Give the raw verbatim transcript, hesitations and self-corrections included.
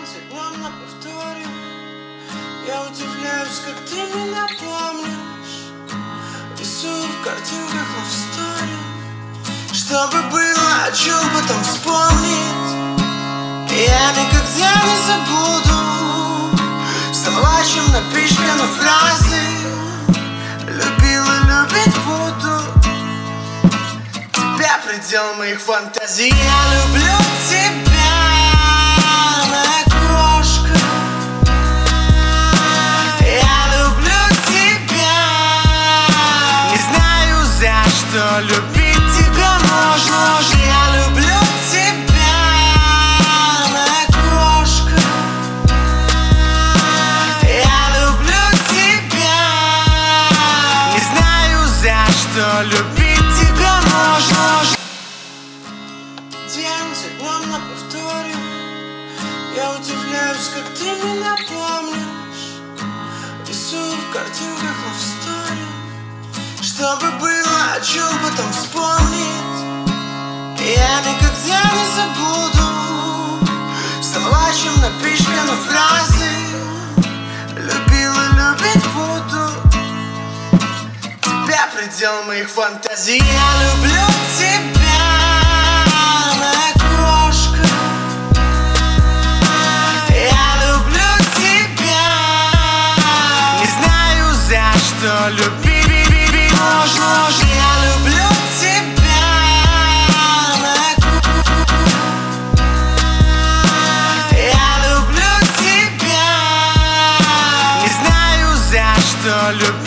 за днем на повторе. Я удивляюсь, как ты меня помнишь. Рисую в картинках лавстори, чтобы было о чем потом вспомнить. Я никогда не забуду слова, чем напичканы фразы. Любила, любить буду. Тебя предел моих фантазий. Я люблю тебя, моя кошка. Я люблю тебя. Не знаю, за что любить тебя можно. Я люблю тебя, моя кошка. Я люблю тебя. Не знаю, за что любить тебя можно. День за днем на повторе. Я удивляюсь, как ты меня помнишь. Рисую в картинках лавстори, чтобы было о чем потом вспомнить. Я никогда не забуду слова, чем напичканы фразы. Любила, любить буду. Тебя предел моих фантазий. Я люблю тебя, моя кошка. Я люблю тебя. Не знаю, за что любить можно. Я люблю тебя, моя кошка. Я люблю тебя. Не знаю, за что любить.